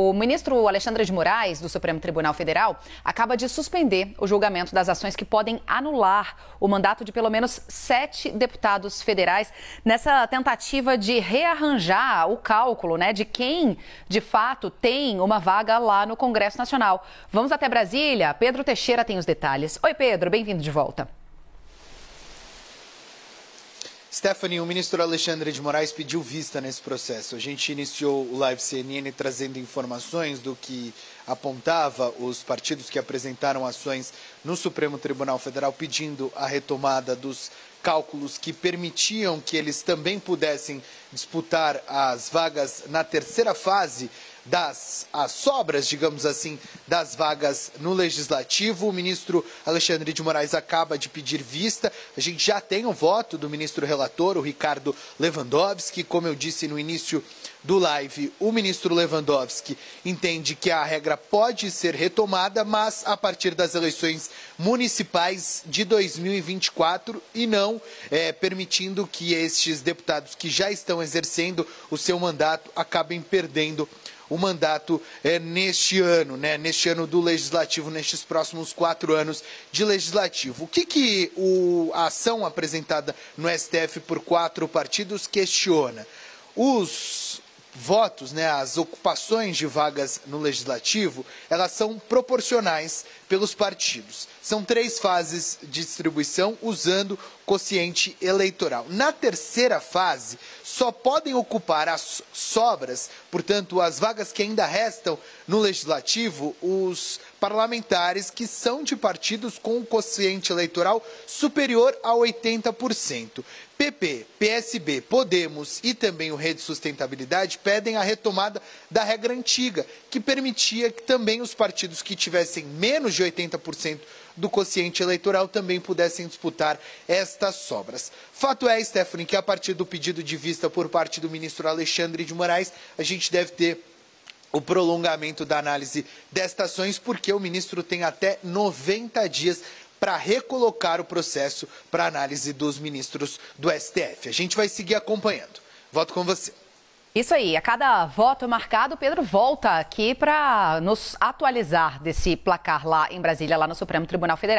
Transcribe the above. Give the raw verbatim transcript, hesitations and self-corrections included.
O ministro Alexandre de Moraes, do Supremo Tribunal Federal, acaba de suspender o julgamento das ações que podem anular o mandato de pelo menos sete deputados federais nessa tentativa de rearranjar o cálculo, né, de quem, de fato, tem uma vaga lá no Congresso Nacional. Vamos até Brasília. Pedro Teixeira tem os detalhes. Oi, Pedro, bem-vindo de volta. Stephanie, o ministro Alexandre de Moraes pediu vista nesse processo. A gente iniciou o Live C N N trazendo informações do que apontava os partidos que apresentaram ações no Supremo Tribunal Federal pedindo a retomada dos cálculos que permitiam que eles também pudessem disputar as vagas na terceira fase das as sobras, digamos assim, das vagas no Legislativo. O ministro Alexandre de Moraes acaba de pedir vista. A gente já tem o voto do ministro relator, o Ricardo Lewandowski. Como eu disse no início do live, o ministro Lewandowski entende que a regra pode ser retomada, mas a partir das eleições municipais de dois mil e vinte e quatro e não é, permitindo que estes deputados que já estão exercendo o seu mandato acabem perdendo o mandato é, neste ano, né, neste ano do Legislativo, nestes próximos quatro anos de Legislativo. O que, que o, a ação apresentada no S T F por quatro partidos questiona? Os votos, né, as ocupações de vagas no Legislativo, elas são proporcionais pelos partidos. São três fases de distribuição usando quociente eleitoral. Na terceira fase, só podem ocupar as sobras, portanto, as vagas que ainda restam no Legislativo, os parlamentares que são de partidos com um quociente eleitoral superior a oitenta por cento. P P, P S B, Podemos e também o Rede Sustentabilidade pedem a retomada da regra antiga, que permitia que também os partidos que tivessem menos de oitenta por cento do quociente eleitoral também pudessem disputar estas sobras. Fato é, Stephanie, que a partir do pedido de vista por parte do ministro Alexandre de Moraes, a gente deve ter o prolongamento da análise destas ações, porque o ministro tem até noventa dias para recolocar o processo para análise dos ministros do S T F. A gente vai seguir acompanhando. Volto com você. Isso aí, a cada voto marcado, Pedro volta aqui para nos atualizar desse placar lá em Brasília, lá no Supremo Tribunal Federal.